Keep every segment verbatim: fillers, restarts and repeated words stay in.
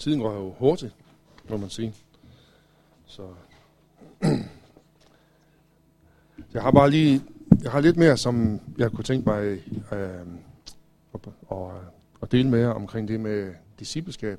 tiden går jo hurtigt, må man sige. Så jeg har bare lige, jeg har lidt mere, som jeg kunne tænke mig øh, at, at, at dele med jer omkring det med discipleskab.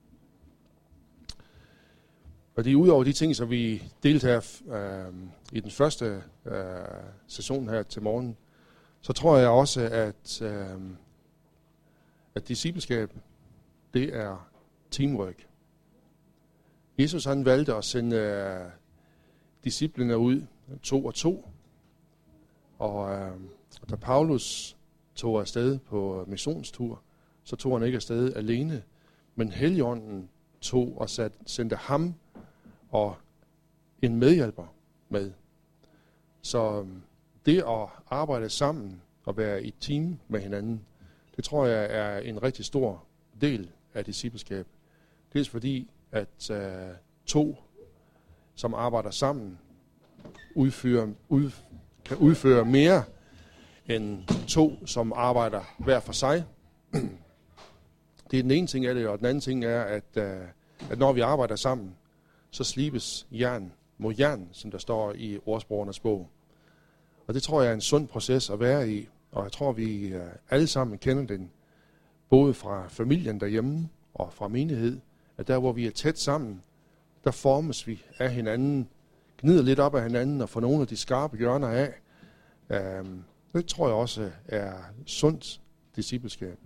Og det er udover de ting, som vi delte her øh, i den første øh, session her til morgen, så tror jeg også, at, øh, at discipleskab, det er teamwork. Jesus han valgte at sende øh, disciplene ud, to og to. Og øh, da Paulus tog afsted på missionstur, så tog han ikke afsted alene, men Helligånden tog og sat, sendte ham og en medhjælper med. Så det at arbejde sammen og være i team med hinanden, det tror jeg er en rigtig stor del af discipleskab. Dels fordi, at uh, to, som arbejder sammen, udfører, ud, kan udføre mere end to, som arbejder hver for sig. Det er den ene ting af det, og den anden ting er, at, uh, at når vi arbejder sammen, så slibes jern mod jern, som der står i ordsprogenes bog. Og det tror jeg er en sund proces at være i, og jeg tror, vi uh, alle sammen kender den, både fra familien derhjemme og fra menighed, at der, hvor vi er tæt sammen, der formes vi af hinanden, gnider lidt op af hinanden og får nogle af de skarpe hjørner af. Um, det tror jeg også er sundt discipleskab.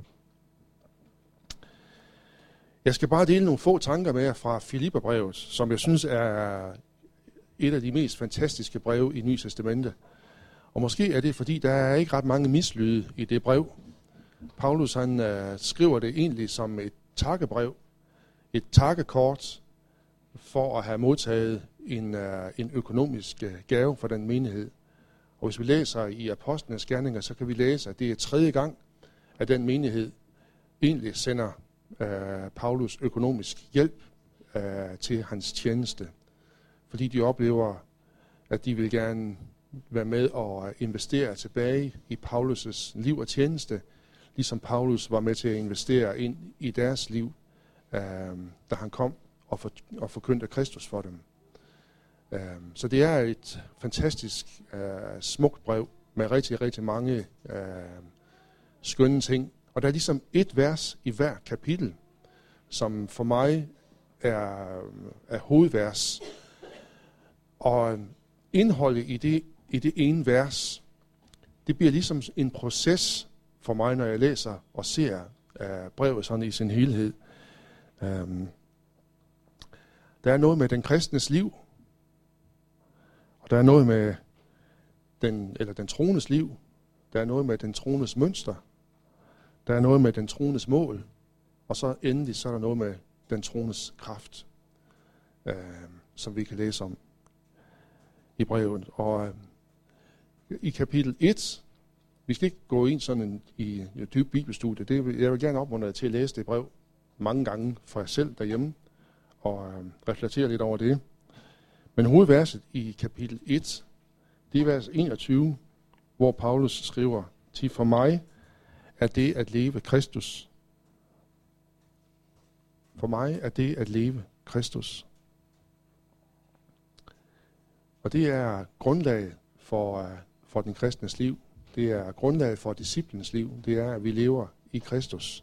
Jeg skal bare dele nogle få tanker med jer fra Filipperbrevet, som jeg synes er et af de mest fantastiske breve i Nye Testamente. Og måske er det, fordi der er ikke ret mange mislyde i det brev. Paulus han uh, skriver det egentlig som et takkebrev, et takkekort for at have modtaget en, uh, en økonomisk uh, gave fra den menighed. Og hvis vi læser i Apostlenes Gerninger, så kan vi læse, at det er tredje gang, at den menighed egentlig sender uh, Paulus økonomisk hjælp uh, til hans tjeneste. Fordi de oplever, at de vil gerne være med og investere tilbage i Paulus' liv og tjeneste, ligesom Paulus var med til at investere ind i deres liv, øh, da han kom og, for, og forkyndte Kristus for dem. Øh, så det er et fantastisk øh, smukt brev med rigtig, rigtig mange øh, skønne ting. Og der er ligesom et vers i hver kapitel, som for mig er, er hovedvers. Og indholdet i det, i det ene vers, det bliver ligesom en proces for mig, når jeg læser og ser uh, brevet sådan i sin helhed. Um, der er noget med den kristnes liv, og der er noget med den, eller den troendes liv, der er noget med den troendes mønster, der er noget med den troendes mål, og så endelig så er der noget med den troendes kraft, uh, som vi kan læse om i brevet. Og uh, i kapitel et, vi skal ikke gå ind sådan en, i et dybt bibelstudie. Det vil, jeg vil gerne opmuntre jer til at læse det brev mange gange for jer selv derhjemme og øh, reflektere lidt over det. Men hovedverset i kapitel et, det er vers enogtyve, hvor Paulus skriver, til for mig er det at leve Kristus. For mig er det at leve Kristus. Og det er grundlaget for, uh, for den kristnes liv. Det er grundlaget for disciplens liv. Det er, at vi lever i Kristus.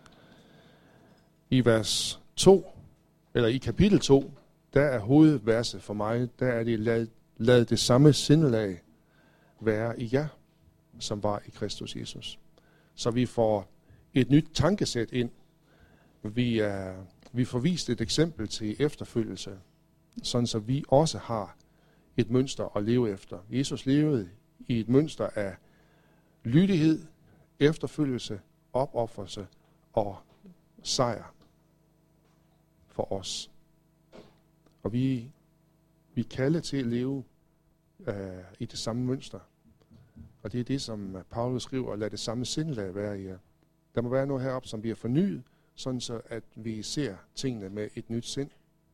I vers to, eller i kapitel to, der er hovedverset for mig, der er det, lad, lad det samme sindelag være i jer, som var i Kristus Jesus. Så vi får et nyt tankesæt ind. Vi, er, vi får vist et eksempel til efterfølgelse, sådan så vi også har et mønster at leve efter. Jesus levede i et mønster af lydighed, efterfølgelse, opoffrelse og sejr for os. Og vi, vi kalder til at leve øh, i det samme mønster. Og det er det, som Paulus skriver, lad det samme sindelag være i jer. Der må være noget heroppe, som bliver fornyet, sådan så at vi ser tingene med et nyt sind.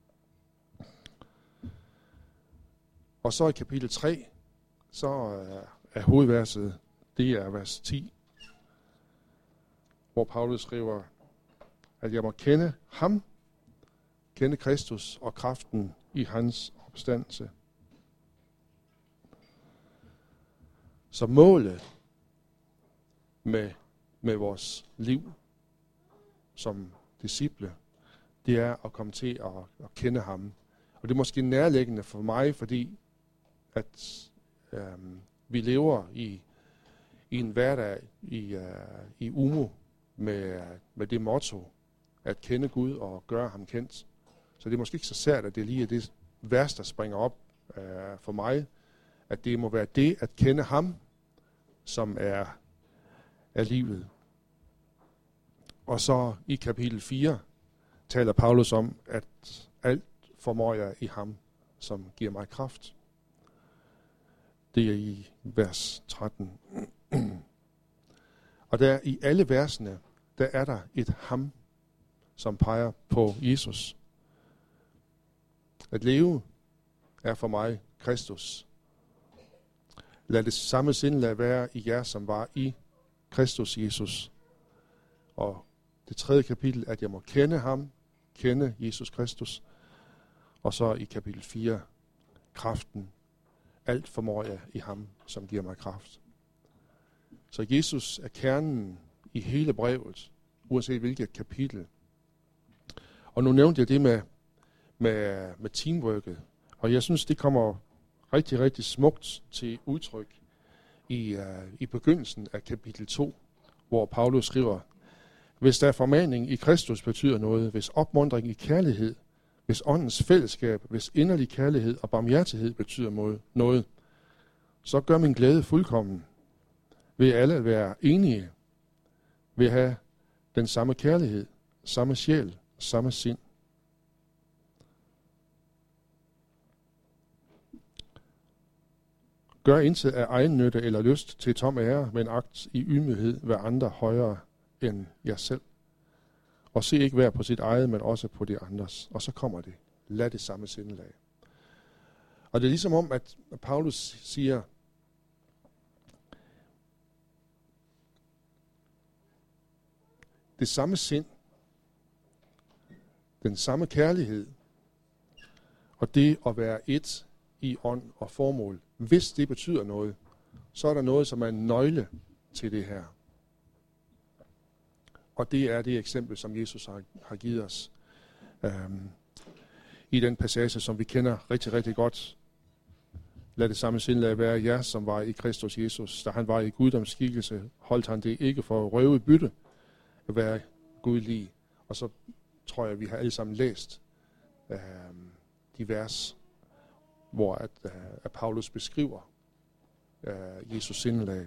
Og så i kapitel tre, så er hovedverset, det er vers ti, hvor Paulus skriver, at jeg må kende ham kende Kristus og kraften i hans opstandelse. Så målet med, med vores liv som disciple, det er at komme til at, at kende ham. Og det er måske nærliggende for mig, fordi at øhm, vi lever i, i en hverdag i, uh, i Umo med, med det motto, at kende Gud og gøre ham kendt. Så det er måske ikke så sært, at det lige er det vers, der springer op uh, for mig, at det må være det at kende ham, som er, er livet. Og så i kapitel fire taler Paulus om, at alt formår jeg i ham, som giver mig kraft. Det er i vers tretten. Og der i alle versene, der er der et ham, som peger på Jesus. At leve er for mig Kristus. Lad det samme sindelag være i jer, som var i Kristus Jesus. Og det tredje kapitel, at jeg må kende ham, kende Jesus Kristus. Og så i kapitel fire, kraften. Alt formår jeg i ham, som giver mig kraft. Så Jesus er kernen i hele brevet, uanset hvilket kapitel. Og nu nævnte jeg det med, med, med teamworket. Og jeg synes, det kommer rigtig, rigtig smukt til udtryk i, uh, i begyndelsen af kapitel to, hvor Paulus skriver, hvis der formaning i Kristus betyder noget, hvis opmuntring i kærlighed, hvis åndens fællesskab, hvis inderlig kærlighed og barmhjertighed betyder noget, så gør min glæde fuldkommen. Vil alle være enige, vil have den samme kærlighed, samme sjæl, samme sind. Gør intet af egen nytte eller lyst til tom ære, men agt i ydmyghed hver andre højere end jer selv. Og se ikke hver på sit eget, men også på de andres. Og så kommer det. Lad det samme sindelag. Og det er ligesom om, at Paulus siger, det samme sind, den samme kærlighed, og det at være et i ånd og formål, hvis det betyder noget, så er der noget, som er en nøgle til det her. Og det er det eksempel, som Jesus har, har givet os øhm, i den passage, som vi kender rigtig, rigtig godt. Lad det samme sindelag være jer, som var i Kristus Jesus. Da han var i guddoms skikkelse, holdt han det ikke for at røve bytte at være gudlig. Og så tror jeg, vi har alle sammen læst øhm, de vers, hvor at, øh, at Paulus beskriver øh, Jesus sindelag.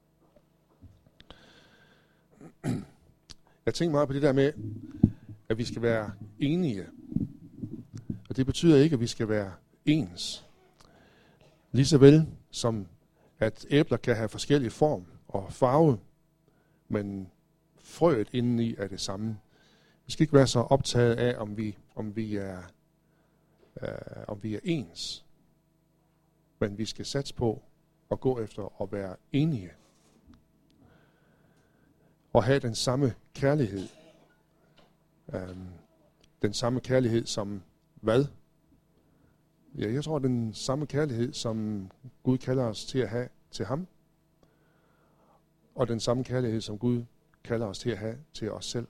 Jeg tænker meget på det der med, at vi skal være enige. Og det betyder ikke, at vi skal være ens. Ligeså vel som at æbler kan have forskellige form og farve, men frøet indeni er det samme. Vi skal ikke være så optaget af, om vi, om vi, er, øh, om vi er ens. Men vi skal satse på at gå efter at være enige. Og have den samme kærlighed. Øhm, den samme kærlighed som hvad? Ja, jeg tror, den samme kærlighed, som Gud kalder os til at have til ham. Og den samme kærlighed, som Gud kalder os til at have til os selv.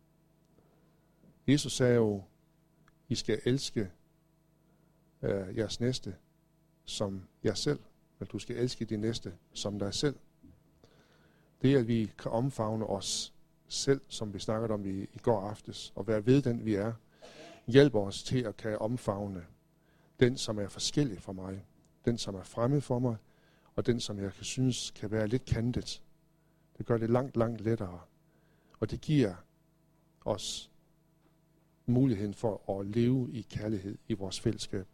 Jesus sagde jo, I skal elske øh, jeres næste som jer selv. Men du skal elske din næste som dig selv. Det, at vi kan omfavne os selv, som vi snakkede om i, i går aftes, og være ved den, vi er, hjælper os til at kan omfavne den, som er forskellig fra mig, den, som er fremmed for mig, og den, som jeg kan synes kan være lidt kantet. Det gør det langt, langt lettere, og det giver os muligheden for at leve i kærlighed i vores fællesskab.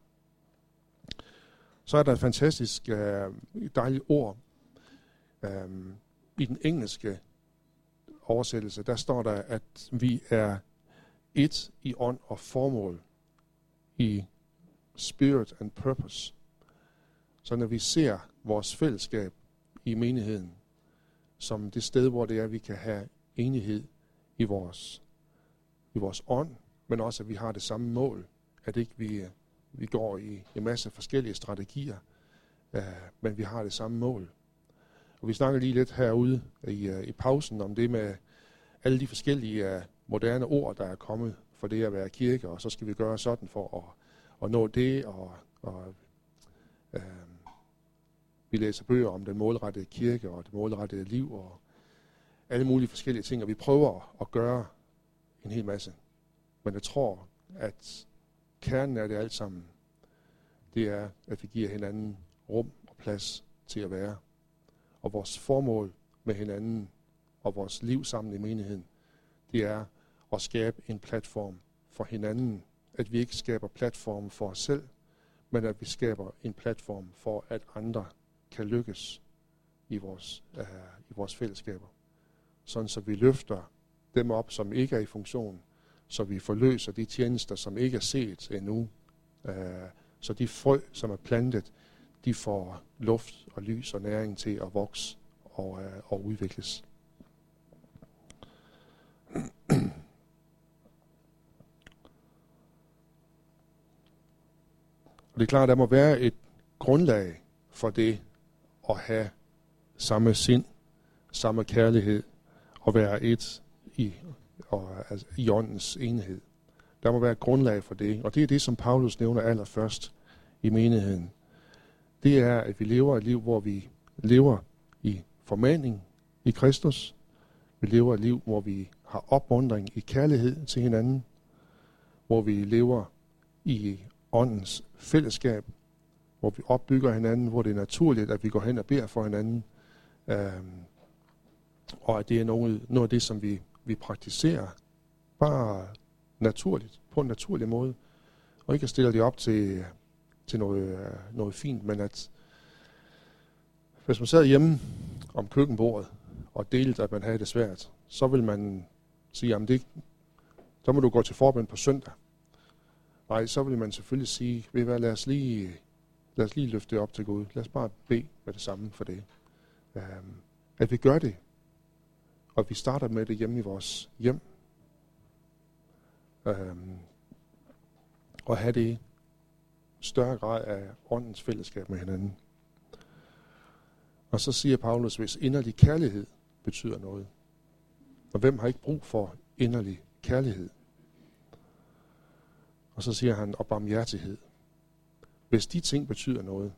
Så er der et fantastisk øh, dejligt ord. Um, I den engelske oversættelse, der står der, at vi er et i ånd og formål, i spirit and purpose. Så når vi ser vores fællesskab i menigheden, som det sted, hvor det er, vi kan have enighed i vores, i vores ånd, men også at vi har det samme mål. At ikke vi, vi går i en masse forskellige strategier, uh, men vi har det samme mål. Og vi snakker lige lidt herude i, uh, i pausen om det med alle de forskellige uh, moderne ord, der er kommet for det at være kirke, og så skal vi gøre sådan for at, at nå det, og, og uh, vi læser bøger om den målrettede kirke og det målrettede liv, og alle mulige forskellige ting, og vi prøver at gøre en hel masse. Men jeg tror, at kernen af det alt sammen, det er, at vi giver hinanden rum og plads til at være. Og vores formål med hinanden og vores liv sammen i menigheden, det er at skabe en platform for hinanden. At vi ikke skaber platform for os selv, men at vi skaber en platform for, at andre kan lykkes i vores, uh, i vores fællesskaber. Sådan så vi løfter dem op, som ikke er i funktion, så vi forløser de tjenester, som ikke er set endnu. Uh, så de frø, som er plantet, de får luft og lys og næring til at vokse og, uh, og udvikles. Og det er klart, at der må være et grundlag for det at have samme sind, samme kærlighed og være et i, og, altså, i åndens enhed. Der må være et grundlag for det, og det er det, som Paulus nævner allerførst i menigheden. Det er, at vi lever et liv, hvor vi lever i formaning i Kristus. Vi lever et liv, hvor vi har opmuntring i kærlighed til hinanden. Hvor vi lever i åndens fællesskab. Hvor vi opbygger hinanden, hvor det er naturligt, at vi går hen og beder for hinanden. Øhm, og at det er noget, noget af det, som vi, vi praktiserer bare naturligt, på en naturlig måde. Og ikke at stille det op til, til noget, noget fint, men at hvis man sad hjemme om køkkenbordet og delte, at man havde det svært, så vil man sige, jamen det, så må du gå til forbøn på søndag. Nej, så vil man selvfølgelig sige, ved hvad, lad os lige, lad os lige løfte det op til Gud. Lad os bare bede med det samme for det. Um, at vi gør det, og vi starter med det hjemme i vores hjem. Um, og have det større grad af åndens fællesskab med hinanden. Og så siger Paulus, hvis inderlig kærlighed betyder noget. Og hvem har ikke brug for inderlig kærlighed? Og så siger han, og barmhjertighed. Hvis de ting betyder noget,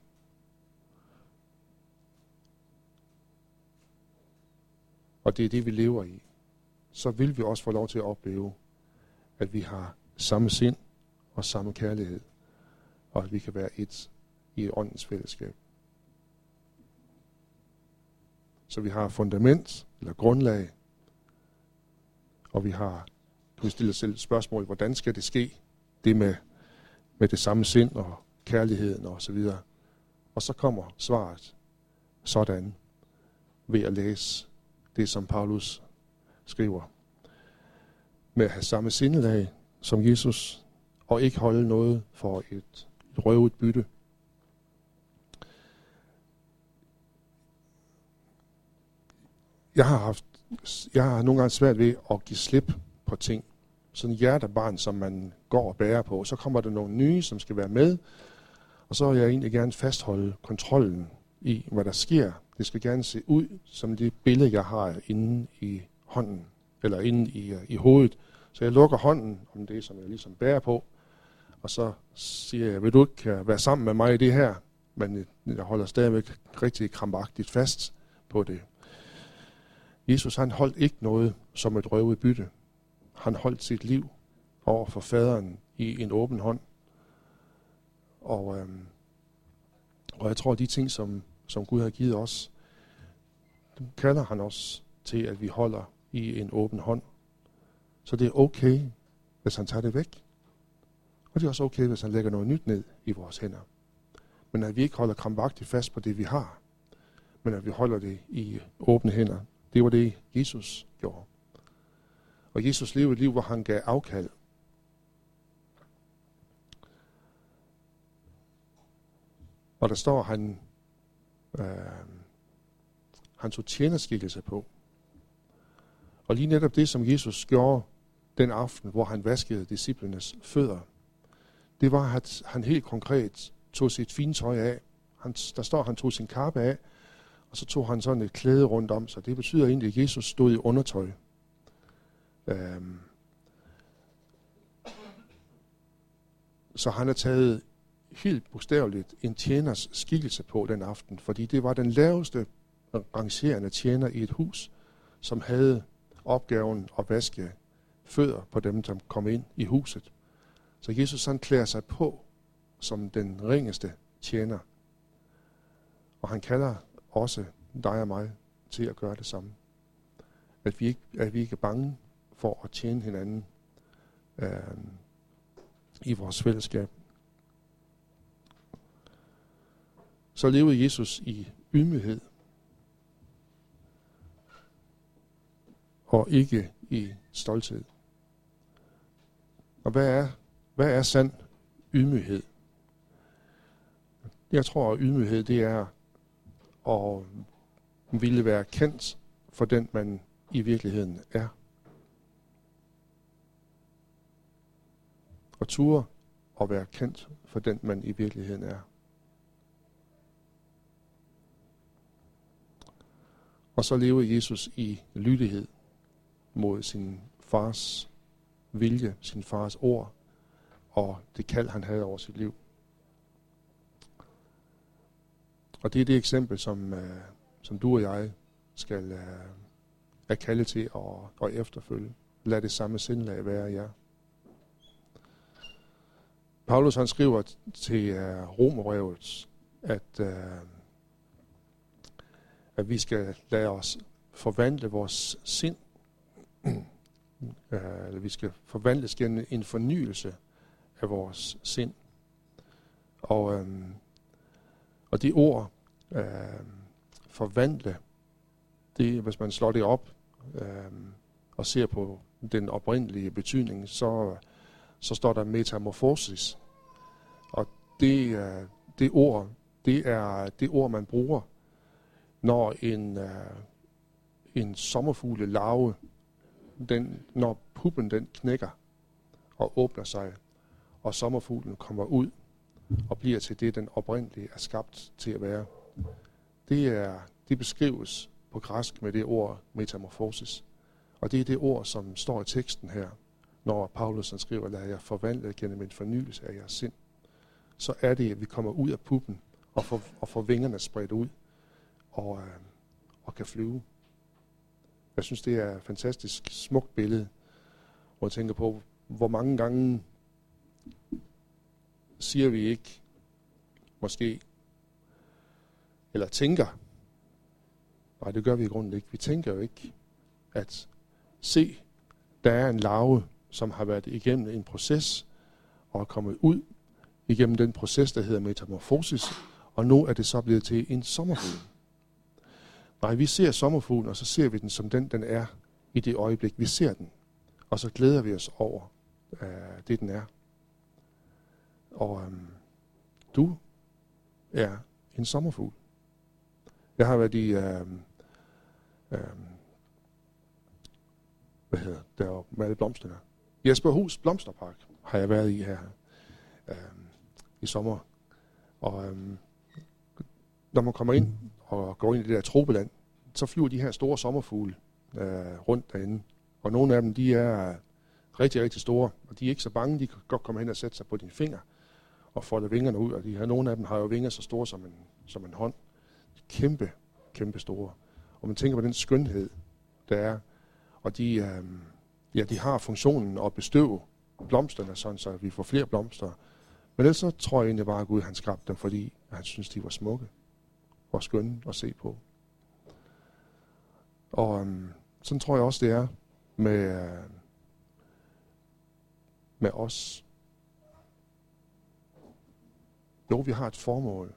og det er det, vi lever i, så vil vi også få lov til at opleve, at vi har samme sind og samme kærlighed, og at vi kan være et i åndens fællesskab. Så vi har fundament, eller grundlag, og vi har, kan vi stille os selv spørgsmål, hvordan skal det ske, det med, med det samme sind og kærligheden og så videre. Og så kommer svaret sådan, ved at læse det, som Paulus skriver. Med at have samme sindelag som Jesus, og ikke holde noget for et, et røvet bytte. Jeg har haft, jeg har nogle gange svært ved at give slip på ting. Sådan en hjertebarn, som man går og bærer på. Så kommer der nogle nye, som skal være med. Og så vil jeg egentlig gerne fastholde kontrollen i, hvad der sker. Det skal gerne se ud som det billede, jeg har inde i hånden, eller inde i, i hovedet. Så jeg lukker hånden om det, som jeg ligesom bærer på. Og så siger jeg, vil du ikke være sammen med mig i det her? Men jeg holder stadigvæk rigtig krampagtigt fast på det. Jesus, han holdt ikke noget som et røvet bytte. Han holdt sit liv over for faderen i en åben hånd. Og, øhm, og jeg tror, at de ting, som, som Gud har givet os, dem kalder han os til, at vi holder i en åben hånd. Så det er okay, hvis han tager det væk. Og det er også okay, hvis han lægger noget nyt ned i vores hænder. Men at vi ikke holder krampagtigt fast på det, vi har, men at vi holder det i åbne hænder. Det var det, Jesus gjorde. Og Jesus levede et liv, hvor han gav afkald. Og der står, han, øh, han tog tjenerskikkelse på. Og lige netop det, som Jesus gjorde den aften, hvor han vaskede disciplenes fødder, det var, at han helt konkret tog sit fine tøj af. Han, der står, han tog sin kappe af, og så tog han sådan et klæde rundt om sig. Det betyder egentlig, at Jesus stod i undertøj. Øhm. Så han har taget helt bogstaveligt en tjeners skikkelse på den aften, fordi det var den laveste rangerende tjener i et hus, som havde opgaven at vaske fødder på dem, som kom ind i huset. Så Jesus han klæder sig på som den ringeste tjener. Og han kalder også dig og mig til at gøre det samme. At vi ikke, at vi ikke er bange for at tjene hinanden øh, i vores fællesskab. Så levede Jesus i ydmyghed. Og ikke i stolthed. Og hvad er, hvad er sand ydmyghed? Jeg tror, at ydmyghed det er at ville være kendt for den, man i virkeligheden er. Og ture at være kendt for den, man i virkeligheden er. Og så lever Jesus i lydighed mod sin fars vilje, sin fars ord, og det kald, han havde over sit liv. Og det er det eksempel, som, øh, som du og jeg skal øh, er kaldet til at, at efterfølge. Lad det samme sindlag være jer. Paulus han skriver til øh, Romerbrevet, at, øh, at vi skal lade os forvandle vores sind, eller vi skal forvandles gennem en fornyelse af vores sind. Og, øhm, og det ord, øhm, forvandle, det, hvis man slår det op øhm, og ser på den oprindelige betydning, så, så står der metamorfosis. Og det, øh, det ord, det er det ord, man bruger, når en, øh, en sommerfugle larve, den, når puppen den knækker og åbner sig, og sommerfuglen kommer ud og bliver til det, den oprindelige er skabt til at være. Det, er, det beskrives på græsk med det ord metamorfosis. Og det er det ord, som står i teksten her, når Paulus han skriver, lad jer forvandle gennem en fornyelse af jeres sind. Så er det, at vi kommer ud af puppen og får, og får vingerne spredt ud og, øh, og kan flyve. Jeg synes, det er et fantastisk smukt billede, hvor jeg tænker på, hvor mange gange siger vi ikke, måske, eller tænker, nej, det gør vi i grunden ikke. Vi tænker jo ikke, at se, der er en larve, som har været igennem en proces, og er kommet ud igennem den proces, der hedder metamorfosis, og nu er det så blevet til en sommerfugl. Nej, vi ser sommerfuglen, og så ser vi den som den, den er i det øjeblik, vi ser den. Og så glæder vi os over øh, det, den er. Og øh, du er en sommerfugl. Jeg har været i, øh, øh, hvad hedder der med alle blomsterne. Jesperhus Blomsterpark har jeg været i her øh, i sommer. Og øh, når man kommer ind og går ind i det der tropeland, så flyver de her store sommerfugle øh, rundt derinde. Og nogle af dem, de er rigtig, rigtig store, og de er ikke så bange. De kan godt komme hen og sætte sig på dine fingre og folde vingerne ud. Og de her, nogle af dem har jo vinger så store som en, som en hånd. Kæmpe, kæmpe store. Og man tænker på den skønhed, der er. Og de, øh, ja, de har funktionen at bestøve blomsterne, sådan så vi får flere blomster. Men ellers så tror jeg egentlig bare, at Gud han skabte dem, fordi han synes, de var smukke og skønne at se på. Og øhm, sådan tror jeg også, det er med, øh, med os. Jo, vi har et formål.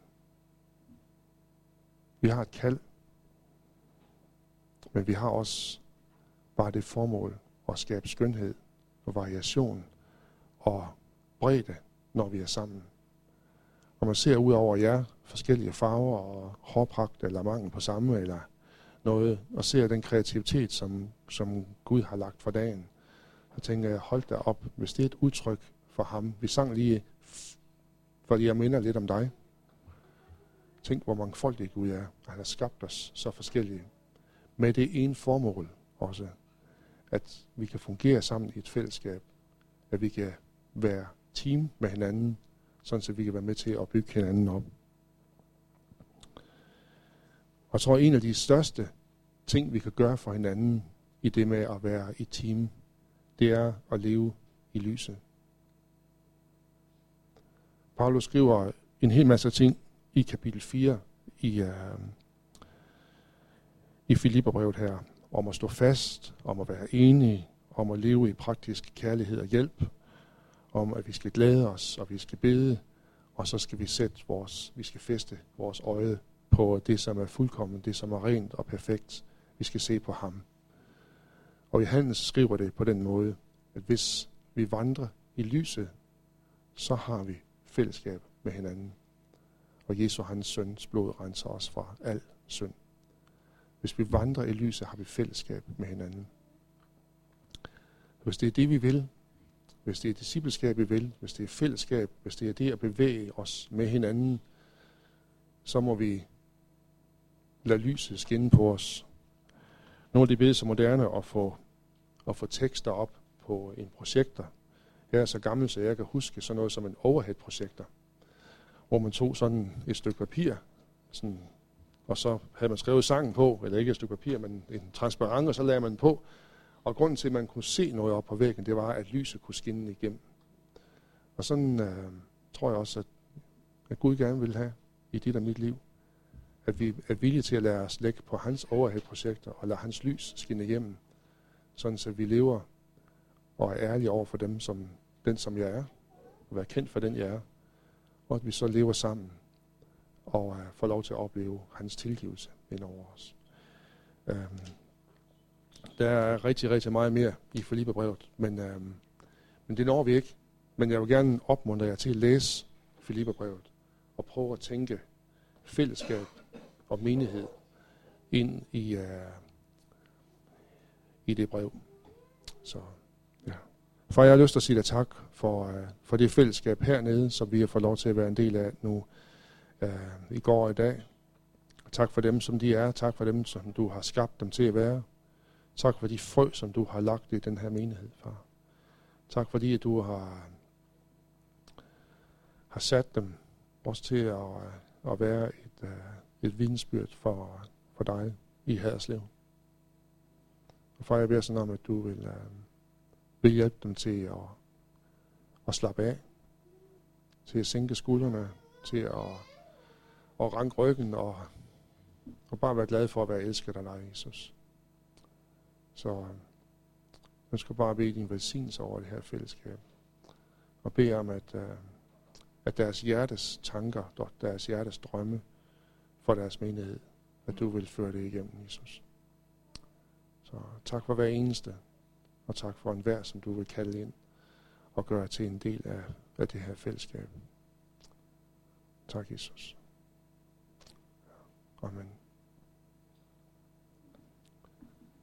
Vi har et kald. Men vi har også bare det formål at skabe skønhed og variation og bredde, når vi er sammen. Og man ser ud over jer forskellige farver og hårpragt eller mangel på samme eller noget, og ser den kreativitet, som, som Gud har lagt for dagen. så tænker jeg, hold da op, hvis det er et udtryk for ham. Vi sang lige, fordi jeg minder lidt om dig. Tænk, hvor mangfoldig Gud er. Han har skabt os så forskellige. Med det ene formål også, at vi kan fungere sammen i et fællesskab. At vi kan være team med hinanden, sådan så vi kan være med til at bygge hinanden op. Og jeg tror, en af de største ting, vi kan gøre for hinanden i det med at være et team, det er at leve i lyset. Paulus skriver en hel masse ting i kapitel fire i, uh, i Filipperbrevet her, om at stå fast, om at være enige, om at leve i praktisk kærlighed og hjælp, om at vi skal glæde os, og vi skal bede, og så skal vi sætte vores, vi skal fæste vores øje på det, som er fuldkommen, det, som er rent og perfekt. Vi skal se på ham. Og Johannes skriver det på den måde, at hvis vi vandrer i lyset, så har vi fællesskab med hinanden. Og Jesu, hans søns blod, renser os fra al synd. Hvis vi vandrer i lyset, har vi fællesskab med hinanden. Hvis det er det, vi vil, hvis det er discipleskab, vi vil, hvis det er fællesskab, hvis det er det at bevæge os med hinanden, så må vi lade lyset skinne på os. Nogle af de bede så moderne at få, at få tekster op på en projektor. Jeg er så gammel, så jeg kan huske sådan noget som en overhead-projektor, hvor man tog sådan et stykke papir, sådan, og så havde man skrevet sangen på, eller ikke et stykke papir, men en transparent, og så lagde man på. Og grunden til, at man kunne se noget op på væggen, det var, at lyset kunne skinne igennem. Og sådan øh, tror jeg også, at, at Gud gerne vil have i dit og mit liv. At vi er villige til at lade os lægge på hans overhead-projekter, og lade hans lys skinne igennem. Sådan så vi lever og er ærlige over for dem, som den som jeg er, og være kendt for den jeg er. Og at vi så lever sammen, og uh, får lov til at opleve hans tilgivelse ind over os. Um, der er rigtig, rigtig meget mere i Filipperbrevet, men, um, men det når vi ikke. Men jeg vil gerne opmuntre jer til at læse Filipperbrevet, og prøve at tænke fællesskab og menighed ind i, uh, i det brev. Så ja. For jeg har lyst til at sige dig tak for, uh, for det fællesskab hernede, som vi har fået lov til at være en del af nu uh, i går og i dag. Tak for dem, som de er. Tak for dem, som du har skabt dem til at være. Tak for de frø, som du har lagt i den her menighed, far. Tak fordi, at du har, har sat dem også til at, at være et, uh, et vidnesbyrd for, for dig i Haderslev. Og far, jeg beder sådan om, at du vil, uh, vil hjælpe dem til at, at slappe af, til at sænke skuldrene, til at, at ranke ryggen og, og bare være glad for at være elsket af dig, Jesus. Så jeg skal bare bede din velsignelse over det her fællesskab. Og bede om, at, uh, at deres hjertes tanker, deres hjertes drømme for deres menighed, at du vil føre det igennem, Jesus. Så tak for hver eneste, og tak for enhver, som du vil kalde ind og gøre til en del af, af det her fællesskab. Tak, Jesus. Amen.